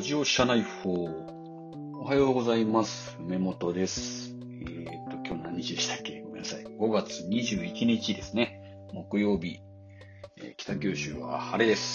ジオ社内報。おはようございます。梅本です。今日何日でしたっけ？ごめんなさい。5月21日ですね。木曜日。北九州は晴れです。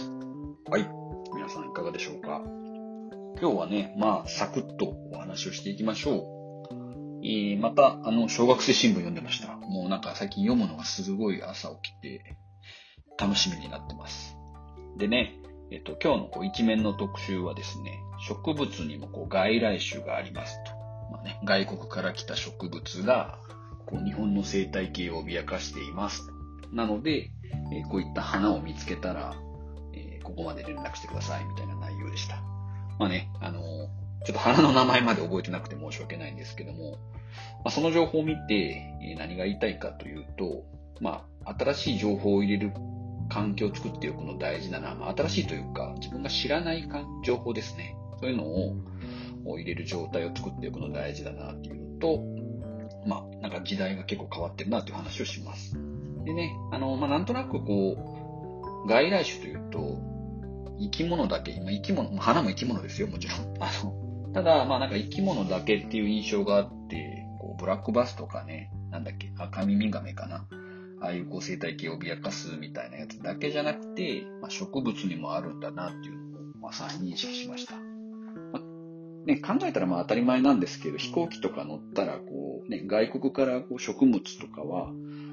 はい。皆さんいかがでしょうか？今日はね、サクッとお話をしていきましょう。また、小学生新聞読んでました。もう最近読むのがすごい朝起きて、楽しみになってます。でね、今日の一面の特集はですね、植物にも外来種がありますと。外国から来た植物が日本の生態系を脅かしています。なので、こういった花を見つけたら、ここまで連絡してくださいみたいな内容でした。ちょっと花の名前まで覚えてなくて申し訳ないんですけども、その情報を見て、何が言いたいかというと、新しい情報を入れる環境を作っておくの大事だな。新しいというか、自分が知らない情報ですね。そういうのを入れる状態を作っておくの大事だなっていうのと、時代が結構変わってるなという話をします。でね、なんとなく外来種というと、生き物だけ、花も生き物ですよ、もちろん。ただ、生き物だけっていう印象があって、ブラックバスとかね、赤耳ガメかな。ああいう生態系を脅かすみたいなやつだけじゃなくて、植物にもあるんだなっていうのを再認識しました。考えたら当たり前なんですけど、飛行機とか乗ったら外国から植物とかは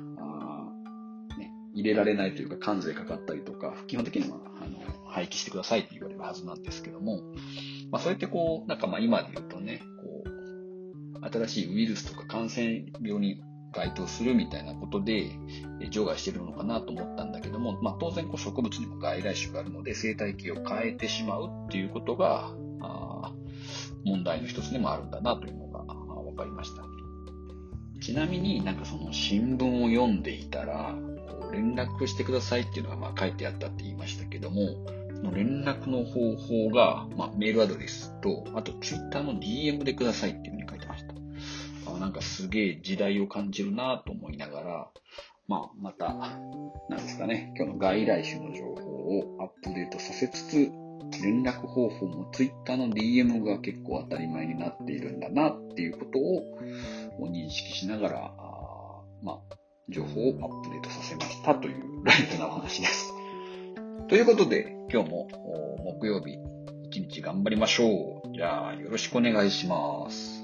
入れられないというか関税かかったりとか、基本的には廃棄してくださいって言われるはずなんですけども、そうやって今で言うとね、新しいウイルスとか感染病に該当するみたいなことで除外しているのかなと思ったんだけども、当然植物にも外来種があるので生態系を変えてしまうっていうことが問題の一つでもあるんだなというのが分かりました。ちなみにその新聞を読んでいたら連絡してくださいっていうのが書いてあったって言いましたけども、その連絡の方法がメールアドレスと、あとツイッターの DM でくださいっていうふうに書いてました。すげえ時代を感じるなと思いながら、また、今日の外来種の情報をアップデートさせつつ、連絡方法も Twitter の DM が結構当たり前になっているんだなっていうことを認識しながら、情報をアップデートさせましたというライトなお話です。ということで、今日も木曜日一日頑張りましょう。じゃあよろしくお願いします。